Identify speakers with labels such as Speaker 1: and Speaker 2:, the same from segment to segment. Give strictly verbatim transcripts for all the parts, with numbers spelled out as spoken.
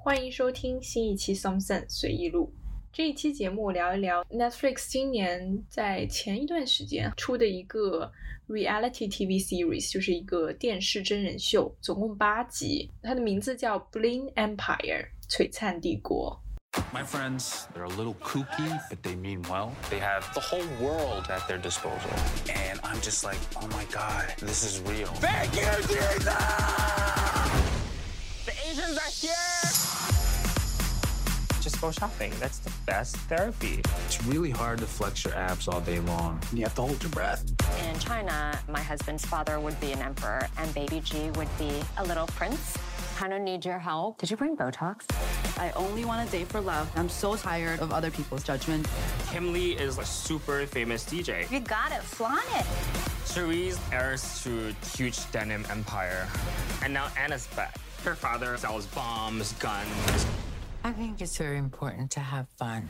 Speaker 1: 欢迎收听新一期 Something 随意录。这一期节目聊一聊 Netflix 今年在前一段时间出的一个 reality T V series， 就是一个电视真人秀，总共八集，它的名字叫 Bling Empire 璀璨帝国。
Speaker 2: My friends, they're a little kooky, but they mean well. They have the whole world at their disposal. And I'm just like, oh my God, this is real. Thank you, Jesus! The Asians are here!
Speaker 3: Just go shopping. That's the best therapy.
Speaker 2: It's really hard to flex your abs all day long. You have to hold your breath.
Speaker 4: In China, my husband's father would be an emperor, and baby G would be a little prince. Kind of need your help. Did you bring Botox?
Speaker 5: I only want to date for love. I'm so tired of other people's judgment.
Speaker 3: Kim Lee is a super famous D J.
Speaker 4: You got it. Flaunt it.
Speaker 3: Cherise heirs to huge denim empire. And now Anna's back. Her father sells bombs, guns.
Speaker 6: I think it's very important to have fun.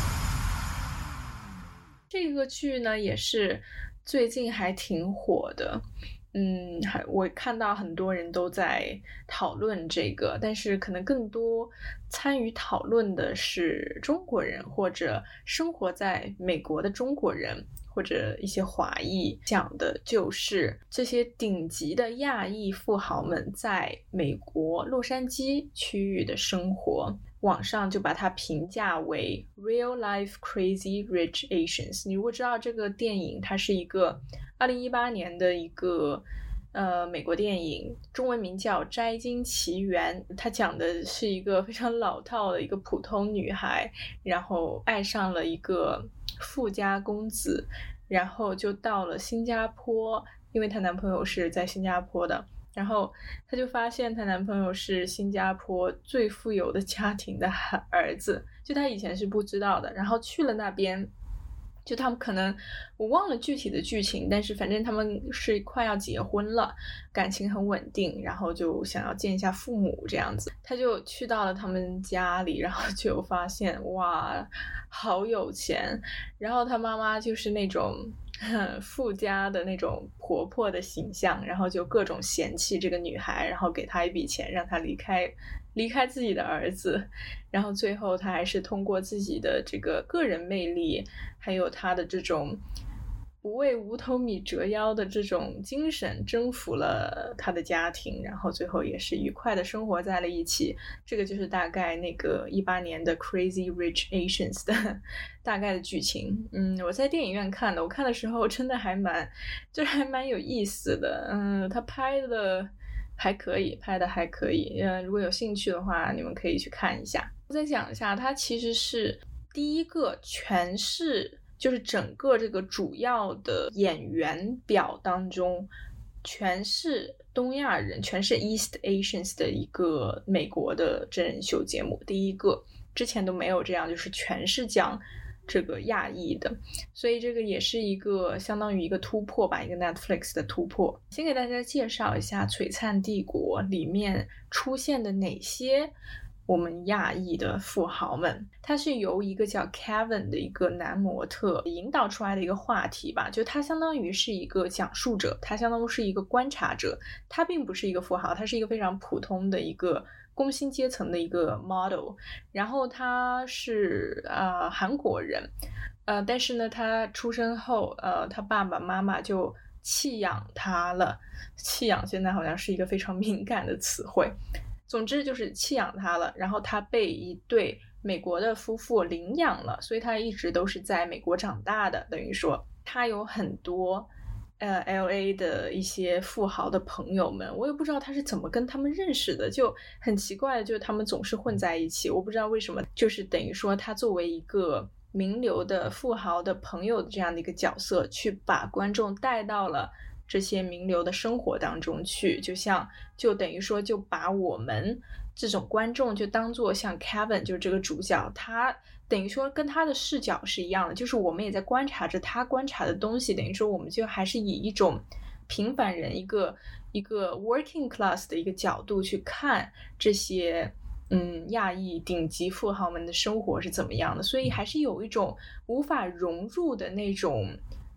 Speaker 1: 这个剧呢，也是最近还挺火的。嗯，还我看到很多人都在讨论这个，但是可能更多参与讨论的是中国人，或者生活在美国的中国人，或者一些华裔，讲的就是这些顶级的亚裔富豪们在美国洛杉矶区域的生活。网上就把它评价为 Real Life Crazy Rich Asians。 你如果知道这个电影，它是一个二零一八年的一个呃美国电影，中文名叫《摘金奇缘》。它讲的是一个非常老套的一个普通女孩，然后爱上了一个富家公子，然后就到了新加坡，因为她男朋友是在新加坡的，然后她就发现她男朋友是新加坡最富有的家庭的儿子，就她以前是不知道的，然后去了那边，就他们可能我忘了具体的剧情，但是反正他们是快要结婚了，感情很稳定，然后就想要见一下父母这样子。他就去到了他们家里，然后就发现哇好有钱，然后他妈妈就是那种富家的那种婆婆的形象，然后就各种嫌弃这个女孩，然后给她一笔钱让她离开离开自己的儿子，然后最后她还是通过自己的这个个人魅力，还有她的这种不为五斗米折腰的这种精神，征服了她的家庭，然后最后也是愉快的生活在了一起。这个就是大概那个一八年的 Crazy Rich Asians 的大概的剧情。嗯，我在电影院看的，我看的时候真的还蛮就还蛮有意思的。嗯，他拍的还可以，拍的还可以。嗯，如果有兴趣的话，你们可以去看一下。我再讲一下，它其实是第一个全是就是整个这个主要的演员表当中全是东亚人，全是 East Asians 的一个美国的真人秀节目，第一个，之前都没有这样，就是全是讲这个亚裔的，所以这个也是一个相当于一个突破吧，一个 Netflix 的突破。先给大家介绍一下璀璨帝国里面出现的哪些我们亚裔的富豪们。他是由一个叫 Kevin 的一个男模特引导出来的一个话题吧，就他相当于是一个讲述者，他相当于是一个观察者，他并不是一个富豪，他是一个非常普通的一个工薪阶层的一个 model， 然后他是呃韩国人，呃但是呢他出生后呃他爸爸妈妈就弃养他了，弃养现在好像是一个非常敏感的词汇，总之就是弃养他了，然后他被一对美国的夫妇领养了，所以他一直都是在美国长大的，等于说他有很多呃 L A 的一些富豪的朋友们，我也不知道他是怎么跟他们认识的，就很奇怪的，就是他们总是混在一起，我不知道为什么，就是等于说他作为一个名流的富豪的朋友的这样的一个角色，去把观众带到了这些名流的生活当中去，就像就等于说就把我们这种观众就当作像 Kevin 就是这个主角，他等于说跟他的视角是一样的，就是我们也在观察着他观察的东西，等于说我们就还是以一种平凡人一个一个 working class 的一个角度去看这些嗯亚裔顶级富豪们的生活是怎么样的，所以还是有一种无法融入的那种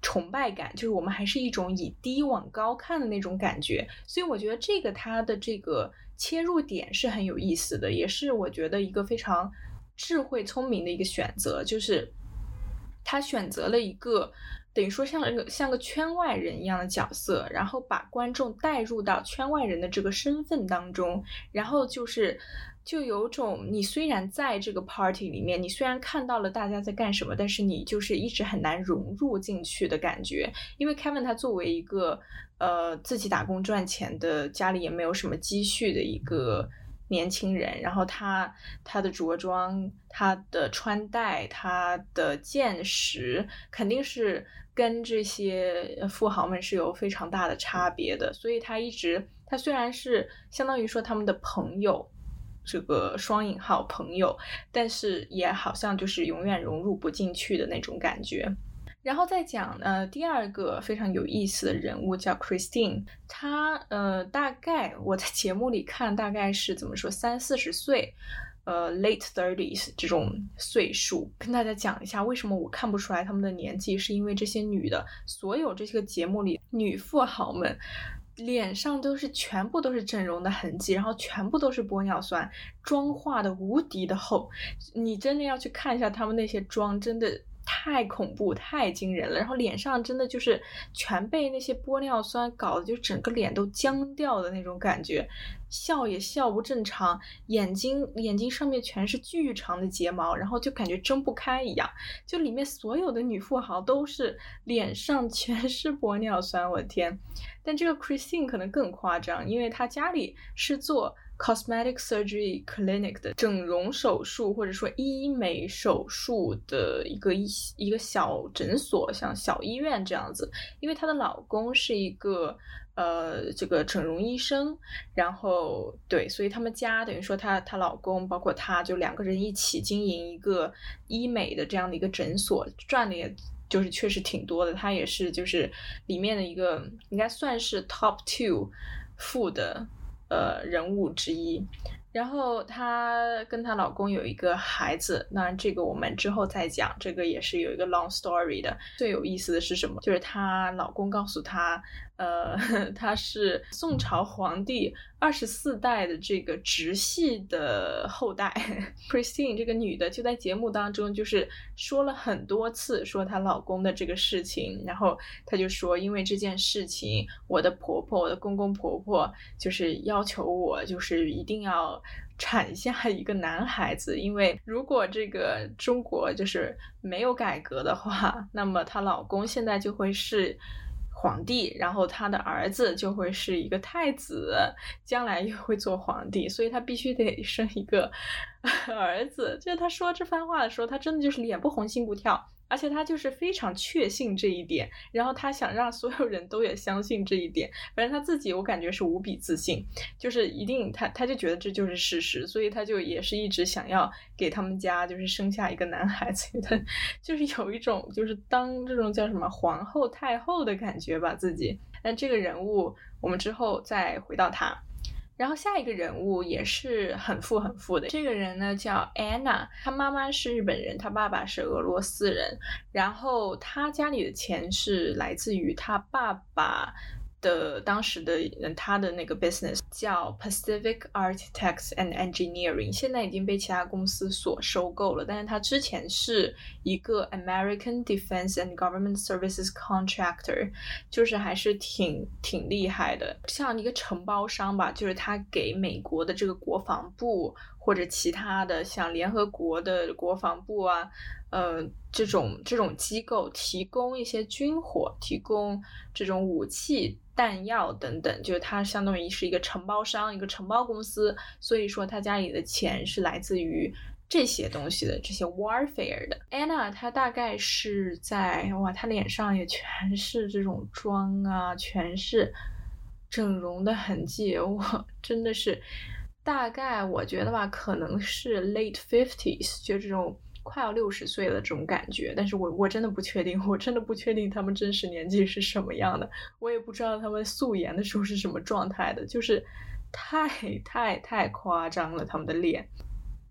Speaker 1: 崇拜感，就是我们还是一种以低往高看的那种感觉。所以我觉得这个它的这个切入点是很有意思的，也是我觉得一个非常智慧聪明的一个选择，就是他选择了一个等于说像个像个圈外人一样的角色，然后把观众带入到圈外人的这个身份当中，然后就是就有种你虽然在这个 party 里面，你虽然看到了大家在干什么，但是你就是一直很难融入进去的感觉。因为 Kevin 他作为一个呃自己打工赚钱的，家里也没有什么积蓄的一个年轻人，然后他他的着装，他的穿戴，他的见识肯定是跟这些富豪们是有非常大的差别的，所以他一直他虽然是相当于说他们的朋友，这个双引号朋友，但是也好像就是永远融入不进去的那种感觉。然后再讲呃第二个非常有意思的人物叫 Christine， 她呃大概我在节目里看大概是怎么说三四十岁，呃 late thirties 这种岁数。跟大家讲一下为什么我看不出来他们的年纪，是因为这些女的，所有这个节目里女富豪们脸上都是全部都是整容的痕迹，然后全部都是玻尿酸，妆化的无敌的厚，你真的要去看一下他们那些妆，真的太恐怖太惊人了，然后脸上真的就是全被那些玻尿酸搞得就整个脸都僵掉的那种感觉，笑也笑不正常，眼睛眼睛上面全是巨长的睫毛，然后就感觉睁不开一样。就里面所有的女富豪都是脸上全是玻尿酸，我的天。但这个 Christine 可能更夸张，因为她家里是做Cosmetic Surgery Clinic 的整容手术或者说医美手术的一个一一个小诊所，像小医院这样子。因为她的老公是一个呃这个整容医生，然后对，所以他们家等于说她她老公包括她就两个人一起经营一个医美的这样的一个诊所，赚的也就是确实挺多的。她也是就是里面的一个应该算是 top two 富的呃，人物之一。然后她跟她老公有一个孩子，当然这个我们之后再讲，这个也是有一个 long story 的。最有意思的是什么？就是她老公告诉她呃，她是宋朝皇帝二十四代的这个直系的后代。Christine 这个女的就在节目当中就是说了很多次说她老公的这个事情，然后她就说因为这件事情我的婆婆我的公公婆婆就是要求我就是一定要产下一个男孩子，因为如果这个中国就是没有改革的话，那么她老公现在就会是皇帝，然后他的儿子就会是一个太子，将来又会做皇帝，所以他必须得生一个儿子。就是他说这番话的时候，他真的就是脸不红心不跳，而且他就是非常确信这一点，然后他想让所有人都也相信这一点。反正他自己我感觉是无比自信，就是一定他他就觉得这就是事实，所以他就也是一直想要给他们家就是生下一个男孩子。他就是有一种就是当这种叫什么皇后太后的感觉吧自己。但这个人物我们之后再回到他。然后下一个人物也是很富很富的，这个人呢叫 Anna， 她妈妈是日本人，她爸爸是俄罗斯人，然后她家里的钱是来自于她爸爸的当时的他的那个 business 叫 Pacific Architects and Engineering， 现在已经被其他公司所收购了，但是他之前是一个 American Defense and Government Services Contractor， 就是还是挺挺厉害的，像一个承包商吧，就是他给美国的这个国防部或者其他的像联合国的国防部啊呃，这种这种机构提供一些军火，提供这种武器弹药等等，就是它相当于是一个承包商，一个承包公司，所以说他家里的钱是来自于这些东西的，这些 warfare 的。 Anna 她大概是在哇，她脸上也全是这种妆啊，全是整容的痕迹，我真的是大概我觉得吧，可能是 late fifties， 就这种快要六十岁的这种感觉，但是我我真的不确定，我真的不确定他们真实年纪是什么样的，我也不知道他们素颜的时候是什么状态的，就是太太太夸张了他们的脸。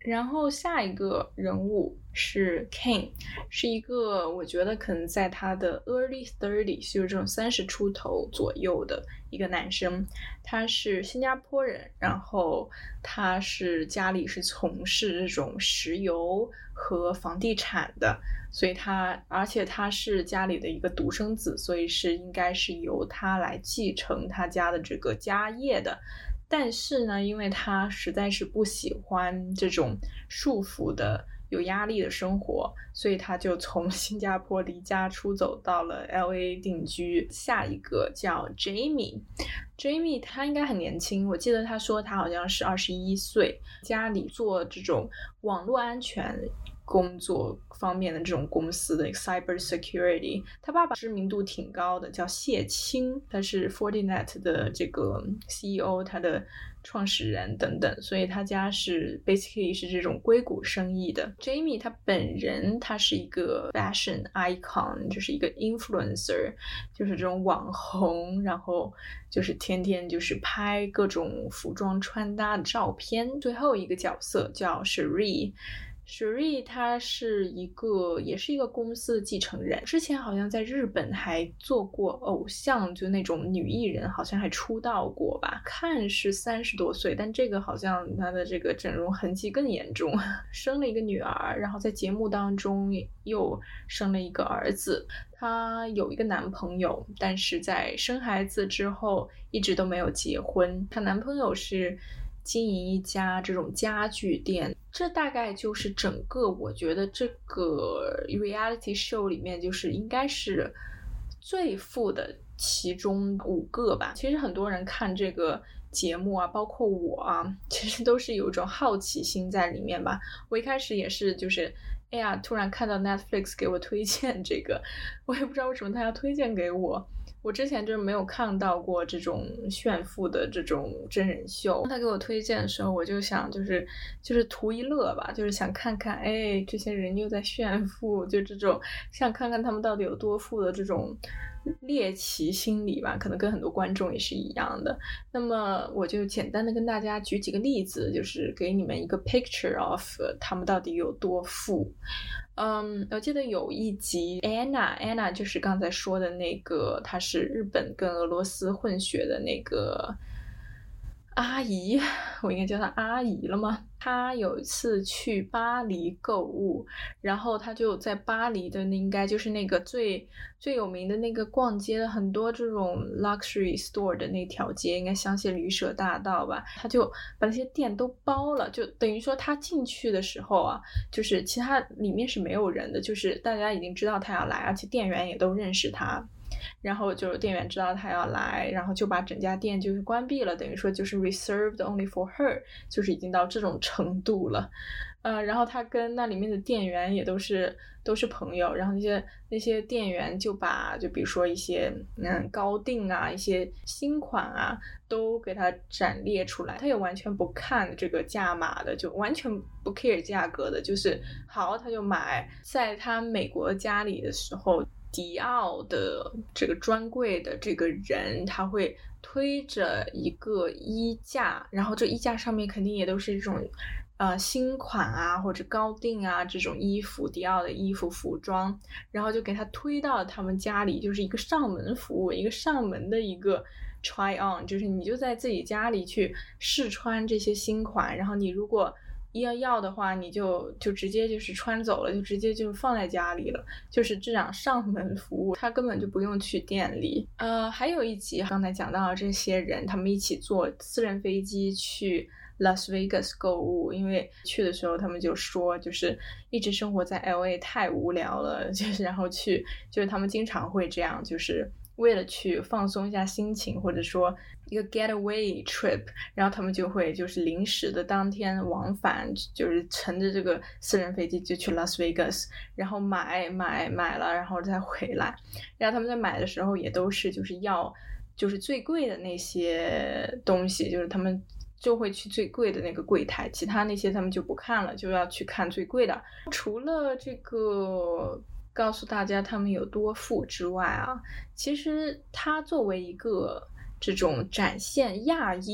Speaker 1: 然后下一个人物是 Kane， 是一个我觉得可能在他的 early thirties， 就是这种三十出头左右的一个男生，他是新加坡人，然后他是家里是从事这种石油和房地产的，所以他而且他是家里的一个独生子，所以是应该是由他来继承他家的这个家业的。但是呢，因为他实在是不喜欢这种束缚的有压力的生活，所以他就从新加坡离家出走到了 L A 定居。下一个叫 Jamie， Jamie 他应该很年轻，我记得他说他好像是二十一岁，家里做这种网络安全工作方面的这种公司的 cyber security。 他爸爸知名度挺高的，叫谢清，他是 Fortinet 的这个 C E O， 他的创始人等等，所以他家是 basically 是这种硅谷生意的。 Jamie 他本人他是一个 fashion icon， 就是一个 influencer， 就是这种网红，然后就是天天就是拍各种服装穿搭的照片。最后一个角色叫 Sheree，Sheree 她是一个也是一个公司的继承人，之前好像在日本还做过偶像，就那种女艺人，好像还出道过吧，看是三十多岁，但这个好像她的这个整容痕迹更严重，生了一个女儿，然后在节目当中又生了一个儿子。她有一个男朋友，但是在生孩子之后一直都没有结婚。她男朋友是经营一家这种家具店。这大概就是整个我觉得这个 reality show 里面就是应该是最富的其中五个吧。其实很多人看这个节目啊，包括我啊，其实都是有一种好奇心在里面吧。我一开始也是就是哎呀，突然看到 Netflix 给我推荐这个，我也不知道为什么他要推荐给我，我之前就是没有看到过这种炫富的这种真人秀。他给我推荐的时候，我就想就是就是图一乐吧，就是想看看哎这些人又在炫富，就这种想看看他们到底有多富的这种猎奇心理吧，可能跟很多观众也是一样的。那么我就简单的跟大家举几个例子，就是给你们一个 picture of 他们到底有多富。嗯，我记得有一集 Anna Anna 就是刚才说的那个，她是日本跟俄罗斯混血的那个阿姨，我应该叫她阿姨了吗？她有一次去巴黎购物，然后她就在巴黎的那应该就是那个最最有名的那个逛街的很多这种 luxury store 的那条街，应该香榭丽舍大道吧，她就把那些店都包了，就等于说她进去的时候啊，就是其他里面是没有人的，就是大家已经知道她要来，而且店员也都认识她。然后就是店员知道他要来，然后就把整家店就是关闭了，等于说就是 reserved only for her， 就是已经到这种程度了。呃，然后他跟那里面的店员也都是都是朋友，然后那些那些店员就把就比如说一些嗯高定啊，一些新款啊都给他展列出来，他也完全不看这个价码的，就完全不 care 价格的，就是好他就买。在他美国家里的时候，迪奥的这个专柜的这个人他会推着一个衣架，然后这衣架上面肯定也都是这种呃新款啊或者高定啊这种衣服，迪奥的衣服服装，然后就给他推到他们家里，就是一个上门服务，一个上门的一个 try on， 就是你就在自己家里去试穿这些新款，然后你如果要要的话你就就直接就是穿走了，就直接就放在家里了，就是这样上门服务，他根本就不用去店里。呃，还有一集刚才讲到的这些人，他们一起坐私人飞机去拉斯维加斯购物，因为去的时候他们就说就是一直生活在 L A 太无聊了，就是然后去就是他们经常会这样，就是为了去放松一下心情，或者说一个 getaway trip， 然后他们就会就是临时的当天往返，就是乘着这个私人飞机就去 Las Vegas， 然后买买买了然后再回来。然后他们在买的时候也都是就是要就是最贵的那些东西，就是他们就会去最贵的那个柜台，其他那些他们就不看了，就要去看最贵的。除了这个告诉大家他们有多富之外啊，其实他作为一个这种展现亚裔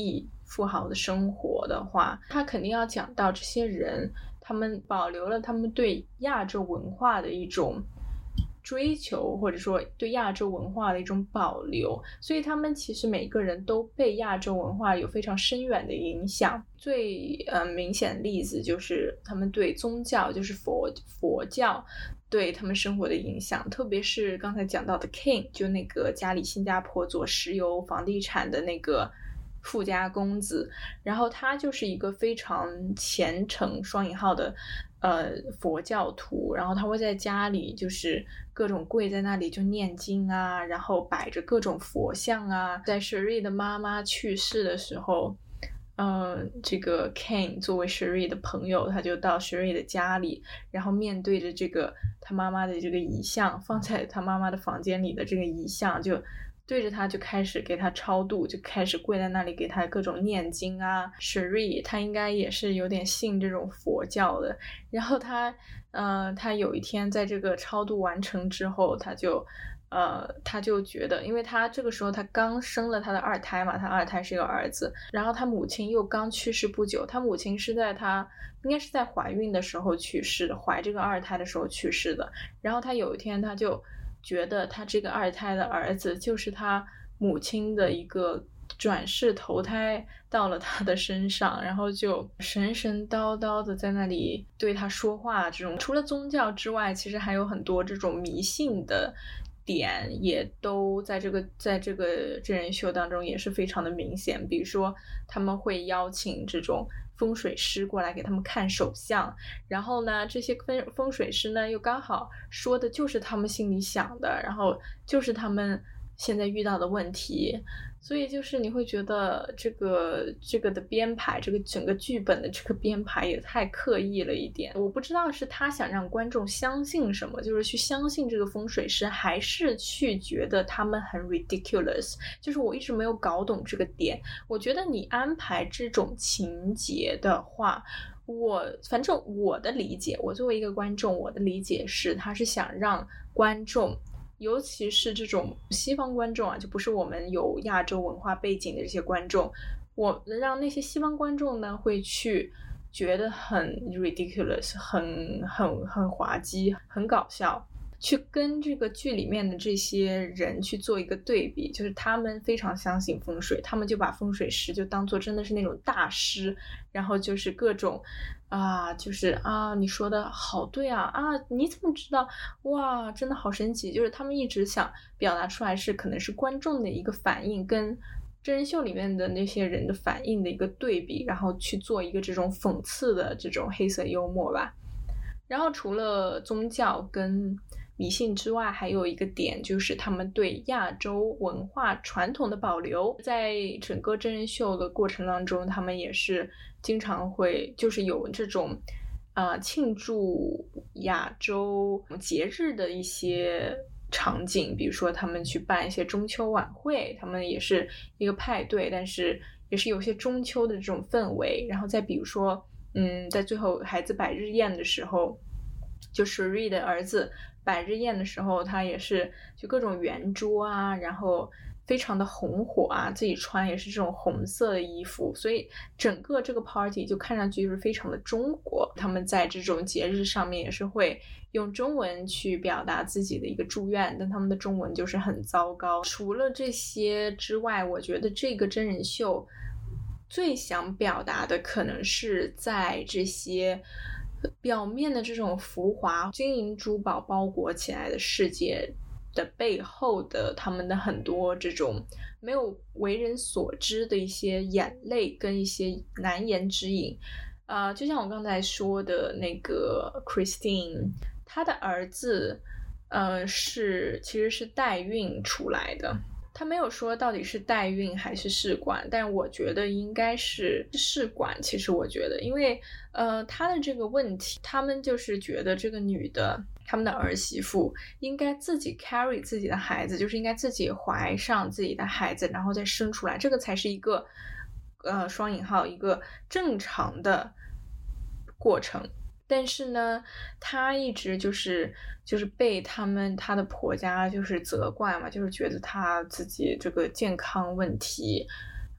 Speaker 1: 富豪的生活的话，他肯定要讲到这些人他们保留了他们对亚洲文化的一种追求，或者说对亚洲文化的一种保留，所以他们其实每个人都被亚洲文化有非常深远的影响。最呃明显的例子就是他们对宗教，就是佛佛教对他们生活的影响，特别是刚才讲到的 King， 就那个家里新加坡做石油房地产的那个富家公子，然后他就是一个非常虔诚双引号的呃佛教徒，然后他会在家里就是各种跪在那里就念经啊，然后摆着各种佛像啊。在 Sheree 的妈妈去世的时候，呃，这个 Ken 作为 Sheree 的朋友，他就到 Sheree 的家里，然后面对着这个他妈妈的这个遗像，放在他妈妈的房间里的这个遗像，就对着他就开始给他超度，就开始跪在那里给他各种念经啊。Sheree 他应该也是有点信这种佛教的，然后他呃，他有一天在这个超度完成之后，他就呃，他就觉得，因为他这个时候他刚生了他的二胎嘛，他二胎是一个儿子，然后他母亲又刚去世不久，他母亲是在他应该是在怀孕的时候去世的，怀这个二胎的时候去世的。然后他有一天他就觉得他这个二胎的儿子就是他母亲的一个转世投胎到了他的身上，然后就神神叨叨的在那里对他说话。这种除了宗教之外，其实还有很多这种迷信的点也都在这个在这个真人秀当中也是非常的明显。比如说他们会邀请这种风水师过来给他们看手相，然后呢这些风风水师呢又刚好说的就是他们心里想的，然后就是他们现在遇到的问题，所以就是你会觉得这个这个的编排，这个整个剧本的这个编排也太刻意了一点。我不知道是他想让观众相信什么，就是去相信这个风水师，还是去觉得他们很 ridiculous， 就是我一直没有搞懂这个点。我觉得你安排这种情节的话，我反正我的理解，我作为一个观众，我的理解是他是想让观众，尤其是这种西方观众啊，就不是我们有亚洲文化背景的这些观众，我让那些西方观众呢会去觉得很 ridiculous， 很很很滑稽，很搞笑，去跟这个剧里面的这些人去做一个对比，就是他们非常相信风水，他们就把风水师就当做真的是那种大师，然后就是各种啊，就是啊，你说的好对啊，啊，你怎么知道？哇，真的好神奇！就是他们一直想表达出来是可能是观众的一个反应，跟真人秀里面的那些人的反应的一个对比，然后去做一个这种讽刺的这种黑色幽默吧。然后除了宗教跟迷信之外，还有一个点就是他们对亚洲文化传统的保留。在整个真人秀的过程当中，他们也是经常会就是有这种呃庆祝亚洲节日的一些场景，比如说他们去办一些中秋晚会，他们也是一个派对，但是也是有些中秋的这种氛围。然后再比如说嗯，在最后孩子百日宴的时候，就 Sheree 的儿子百日宴的时候，他也是就各种圆桌啊，然后非常的红火啊，自己穿也是这种红色的衣服，所以整个这个 party 就看上去就是非常的中国。他们在这种节日上面也是会用中文去表达自己的一个祝愿，但他们的中文就是很糟糕。除了这些之外，我觉得这个真人秀最想表达的可能是在这些表面的这种浮华金银珠宝包裹起来的世界的背后的他们的很多这种没有为人所知的一些眼泪跟一些难言之隐。呃，就像我刚才说的那个 Christine， 她的儿子呃是其实是代孕出来的，他没有说到底是代孕还是试管，但我觉得应该是试管。其实我觉得因为呃他的这个问题，他们就是觉得这个女的他们的儿媳妇应该自己 carry 自己的孩子，就是应该自己怀上自己的孩子然后再生出来，这个才是一个呃双引号一个正常的过程。但是呢她一直就是就是被他们她的婆家就是责怪嘛，就是觉得她自己这个健康问题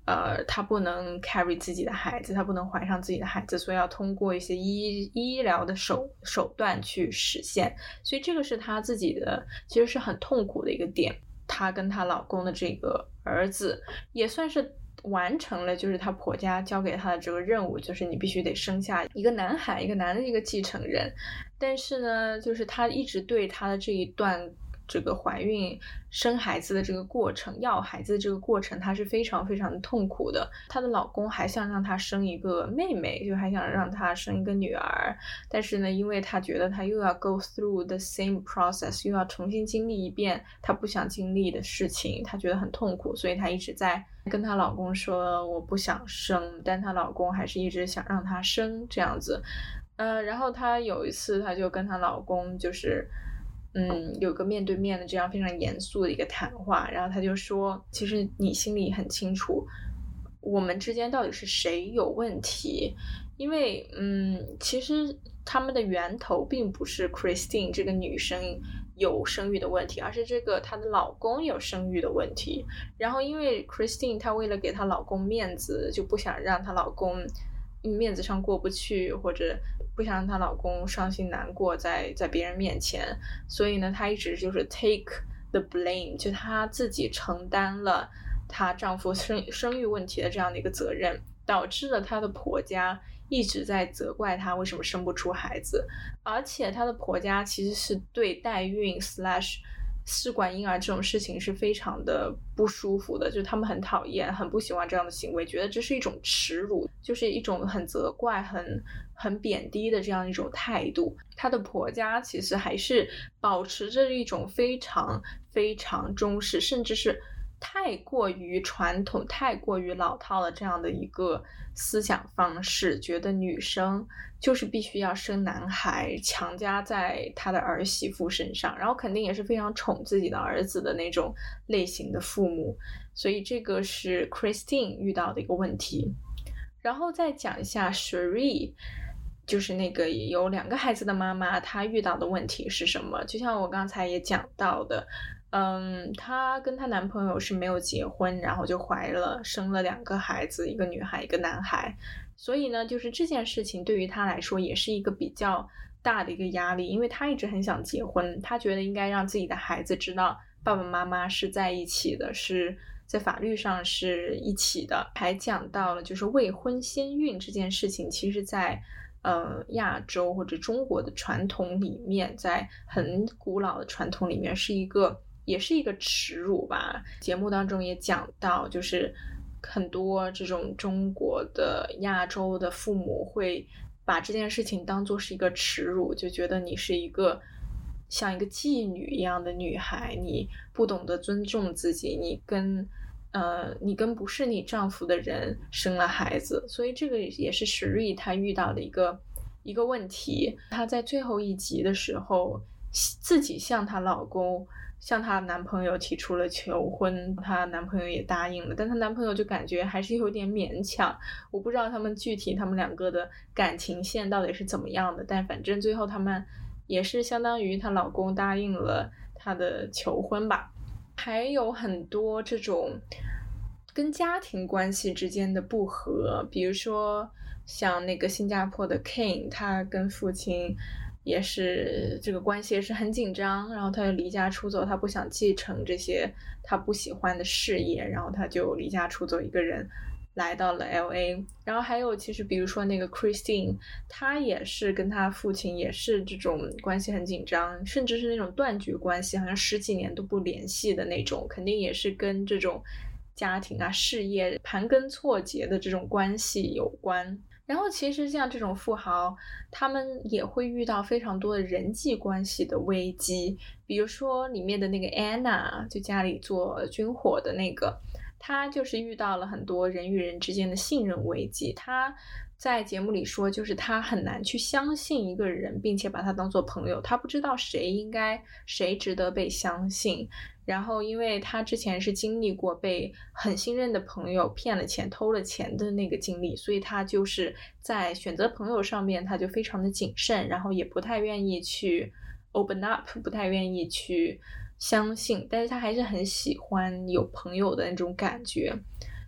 Speaker 1: 呃，她不能 carry 自己的孩子，她不能怀上自己的孩子，所以要通过一些医医疗的手手段去实现。所以这个是她自己的，其实是很痛苦的一个点。她跟她老公的这个儿子也算是完成了，就是她婆家交给她的这个任务，就是你必须得生下一个男孩，一个男的一个继承人。但是呢，就是她一直对她的这一段这个怀孕生孩子的这个过程，要孩子的这个过程，她是非常非常的痛苦的。她的老公还想让她生一个妹妹，就还想让她生一个女儿，但是呢，因为她觉得她又要 go through the same process， 又要重新经历一遍她不想经历的事情，她觉得很痛苦，所以她一直在跟她老公说我不想生，但她老公还是一直想让她生这样子。呃，然后她有一次她就跟她老公就是嗯，有个面对面的这样非常严肃的一个谈话，然后他就说，其实你心里很清楚，我们之间到底是谁有问题，因为嗯，其实他们的源头并不是 Christine 这个女生有生育的问题，而是这个她的老公有生育的问题。然后因为 Christine 她为了给她老公面子，就不想让她老公面子上过不去，或者不想让她老公伤心难过在在别人面前，所以呢她一直就是 take the blame， 就她自己承担了她丈夫生生育问题的这样的一个责任，导致了她的婆家一直在责怪她为什么生不出孩子。而且她的婆家其实是对代孕 slash试管婴儿这种事情是非常的不舒服的，就是他们很讨厌很不喜欢这样的行为，觉得这是一种耻辱，就是一种很责怪很很贬低的这样一种态度。她的婆家其实还是保持着一种非常非常中式，甚至是太过于传统太过于老套的这样的一个思想方式，觉得女生就是必须要生男孩，强加在她的儿媳妇身上，然后肯定也是非常宠自己的儿子的那种类型的父母。所以这个是 Christine 遇到的一个问题。然后再讲一下 Cherie， 就是那个有两个孩子的妈妈，她遇到的问题是什么。就像我刚才也讲到的，嗯，她跟她男朋友是没有结婚，然后就怀了生了两个孩子，一个女孩一个男孩。所以呢，就是这件事情对于她来说也是一个比较大的一个压力，因为她一直很想结婚，她觉得应该让自己的孩子知道爸爸妈妈是在一起的，是在法律上是一起的。还讲到了就是未婚先孕这件事情，其实在呃亚洲或者中国的传统里面，在很古老的传统里面是一个也是一个耻辱吧。节目当中也讲到，就是很多这种中国的亚洲的父母会把这件事情当作是一个耻辱，就觉得你是一个像一个妓女一样的女孩，你不懂得尊重自己，你跟呃，你跟不是你丈夫的人生了孩子。所以这个也是Cherie她遇到的一个一个问题。她在最后一集的时候自己向她老公向她男朋友提出了求婚，她男朋友也答应了，但她男朋友就感觉还是有点勉强。我不知道他们具体他们两个的感情线到底是怎么样的，但反正最后他们也是相当于她老公答应了她的求婚吧。还有很多这种跟家庭关系之间的不和，比如说像那个新加坡的 King， 他跟父亲也是这个关系也是很紧张，然后他就离家出走，他不想继承这些他不喜欢的事业，然后他就离家出走一个人来到了 L A。 然后还有其实比如说那个 Christine， 她也是跟她父亲也是这种关系很紧张，甚至是那种断绝关系，好像十几年都不联系的那种，肯定也是跟这种家庭啊事业盘根错节的这种关系有关。然后其实像这种富豪他们也会遇到非常多的人际关系的危机，比如说里面的那个 Anna， 就家里做军火的那个，他就是遇到了很多人与人之间的信任危机。他在节目里说，就是他很难去相信一个人并且把他当做朋友，他不知道谁应该谁值得被相信。然后因为他之前是经历过被很信任的朋友骗了钱偷了钱的那个经历，所以他就是在选择朋友上面他就非常的谨慎，然后也不太愿意去 open up， 不太愿意去相信，但是他还是很喜欢有朋友的那种感觉。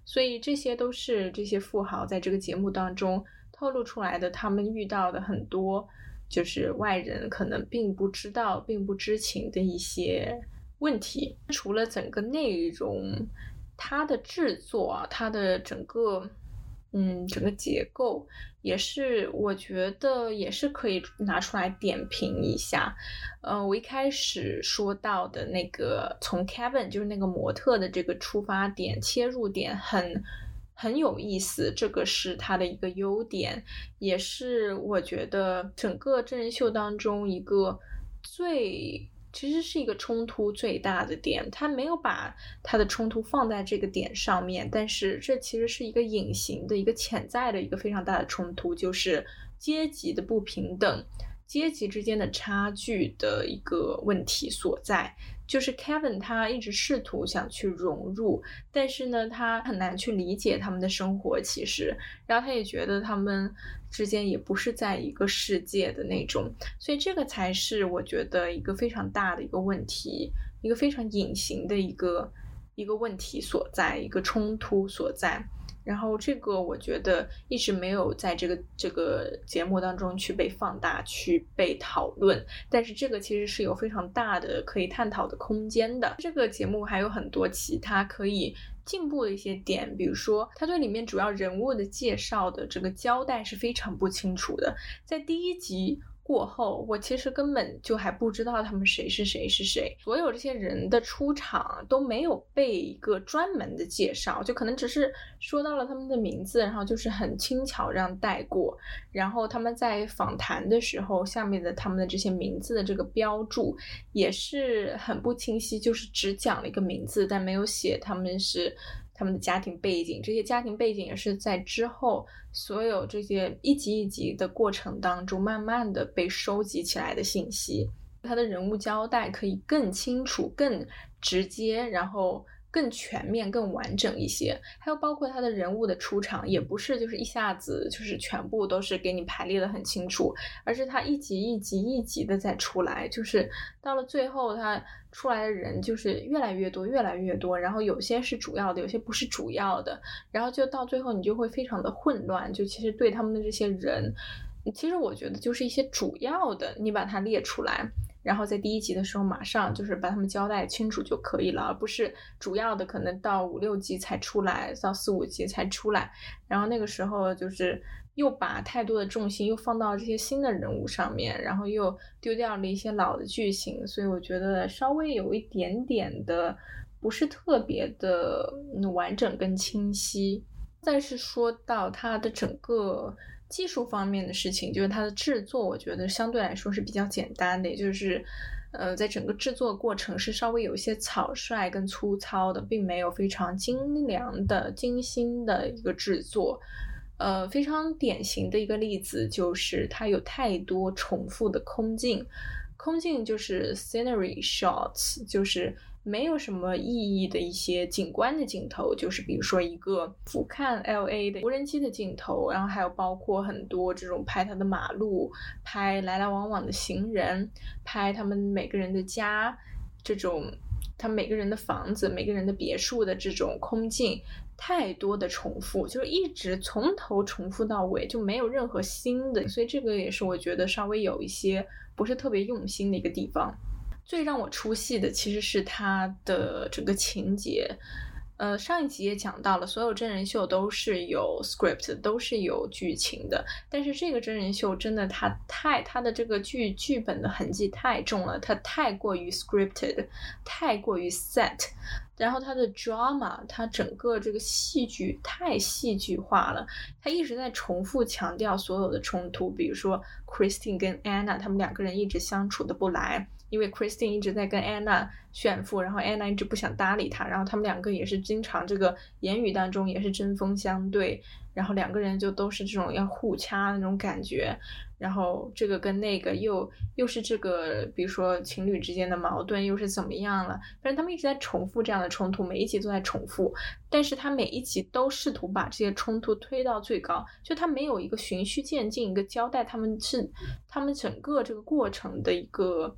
Speaker 1: 所以这些都是这些富豪在这个节目当中透露出来的，他们遇到的很多就是外人可能并不知道并不知情的一些问题。除了整个内容，它的制作啊，它的整个嗯整个结构也是我觉得也是可以拿出来点评一下。呃，我一开始说到的那个从 Kevin 就是那个模特的这个出发点切入点很很有意思，这个是它的一个优点，也是我觉得整个真人秀当中一个最其实是一个冲突最大的点。他没有把他的冲突放在这个点上面，但是这其实是一个隐形的一个潜在的一个非常大的冲突，就是阶级的不平等，阶级之间的差距的一个问题所在。就是 Kevin 他一直试图想去融入，但是呢他很难去理解他们的生活其实，然后他也觉得他们之间也不是在一个世界的那种，所以这个才是我觉得一个非常大的一个问题，一个非常隐形的一个一个问题所在，一个冲突所在。然后这个我觉得一直没有在这个这个节目当中去被放大去被讨论，但是这个其实是有非常大的可以探讨的空间的。这个节目还有很多其他可以进步的一些点，比如说他对里面主要人物的介绍的这个交代是非常不清楚的。在第一集过后，我其实根本就还不知道他们谁是谁是谁，所有这些人的出场都没有被一个专门的介绍，就可能只是说到了他们的名字，然后就是很轻巧这样带过，然后他们在访谈的时候下面的他们的这些名字的这个标注也是很不清晰，就是只讲了一个名字，但没有写他们是他们的家庭背景，这些家庭背景也是在之后所有这些一集一集的过程当中慢慢的被收集起来的信息。他的人物交代可以更清楚更直接，然后更全面更完整一些。还有包括他的人物的出场也不是就是一下子就是全部都是给你排列的很清楚，而是他一集一集一集的再出来，就是到了最后他出来的人就是越来越多越来越多，然后有些是主要的有些不是主要的，然后就到最后你就会非常的混乱。就其实对他们的这些人，其实我觉得就是一些主要的你把它列出来，然后在第一集的时候马上就是把他们交代清楚就可以了，而不是主要的可能到五六集才出来，到四五集才出来，然后那个时候就是又把太多的重心又放到这些新的人物上面，然后又丢掉了一些老的剧情，所以我觉得稍微有一点点的不是特别的完整跟清晰。再是说到它的整个技术方面的事情，就是它的制作我觉得相对来说是比较简单的，也就是呃，在整个制作过程是稍微有一些草率跟粗糙的，并没有非常精良的精心的一个制作。呃，非常典型的一个例子就是它有太多重复的空镜，空镜就是 scenery shots， 就是没有什么意义的一些景观的镜头，就是比如说一个俯瞰 L A 的无人机的镜头，然后还有包括很多这种拍它的马路，拍来来往往的行人，拍他们每个人的家，这种他们每个人的房子每个人的别墅的这种空镜，太多的重复，就是一直从头重复到尾，就没有任何新的，所以这个也是我觉得稍微有一些不是特别用心的一个地方。最让我出戏的其实是它的整个情节。呃，上一集也讲到了，所有真人秀都是有 script， 都是有剧情的，但是这个真人秀真的它太它的这个剧剧本的痕迹太重了，它太过于 scripted， 太过于 set， 然后它的 drama， 它整个这个戏剧太戏剧化了，它一直在重复强调所有的冲突，比如说 Christine 跟 Anna 他们两个人一直相处的不来，因为 Christine 一直在跟 Anna 炫富，然后 Anna 一直不想搭理他，然后他们两个也是经常这个言语当中也是针锋相对，然后两个人就都是这种要互掐那种感觉，然后这个跟那个又又是这个比如说情侣之间的矛盾又是怎么样了，反正他们一直在重复这样的冲突，每一集都在重复，但是他每一集都试图把这些冲突推到最高，就他没有一个循序渐进一个交代他们是他们整个这个过程的一个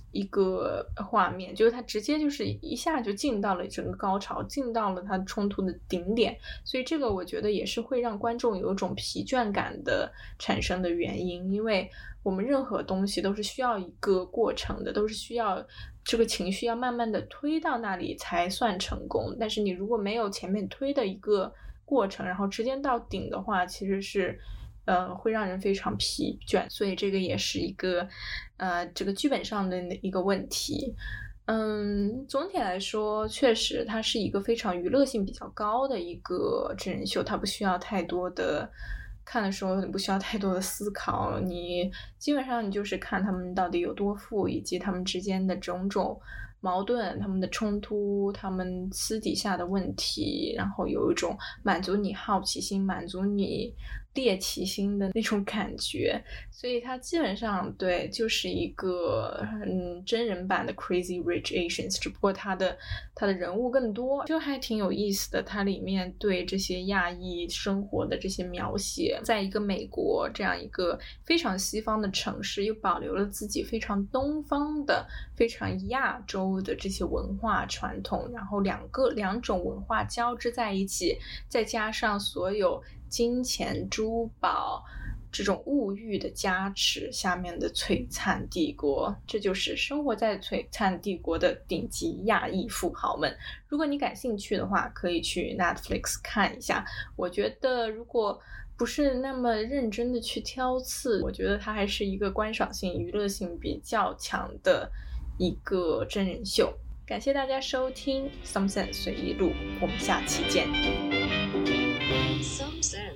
Speaker 1: 一个画面，就是它直接就是一下就进到了整个高潮，进到了它冲突的顶点，所以这个我觉得也是会让观众有一种疲倦感的产生的原因，因为我们任何东西都是需要一个过程的，都是需要这个情绪要慢慢的推到那里才算成功，但是你如果没有前面推的一个过程，然后直接到顶的话，其实是呃，会让人非常疲倦，所以这个也是一个呃，这个剧本上的一个问题。嗯，总体来说，确实它是一个非常娱乐性比较高的一个真人秀，它不需要太多的看的时候，你不需要太多的思考，你基本上你就是看他们到底有多富，以及他们之间的种种矛盾，他们的冲突，他们私底下的问题，然后有一种满足你好奇心，满足你猎奇心的那种感觉，所以它基本上对就是一个嗯真人版的 Crazy Rich Asians， 只不过它的它的人物更多，就还挺有意思的。它里面对这些亚裔生活的这些描写，在一个美国这样一个非常西方的城市，又保留了自己非常东方的非常亚洲的这些文化传统，然后两个两种文化交织在一起，再加上所有金钱珠宝这种物欲的加持下面的璀璨帝国，这就是生活在璀璨帝国的顶级亚裔富豪们。如果你感兴趣的话，可以去 Netflix 看一下。我觉得如果不是那么认真的去挑刺，我觉得它还是一个观赏性娱乐性比较强的一个真人秀。感谢大家收听 Some Sense 随意录，我们下期见。Some Sense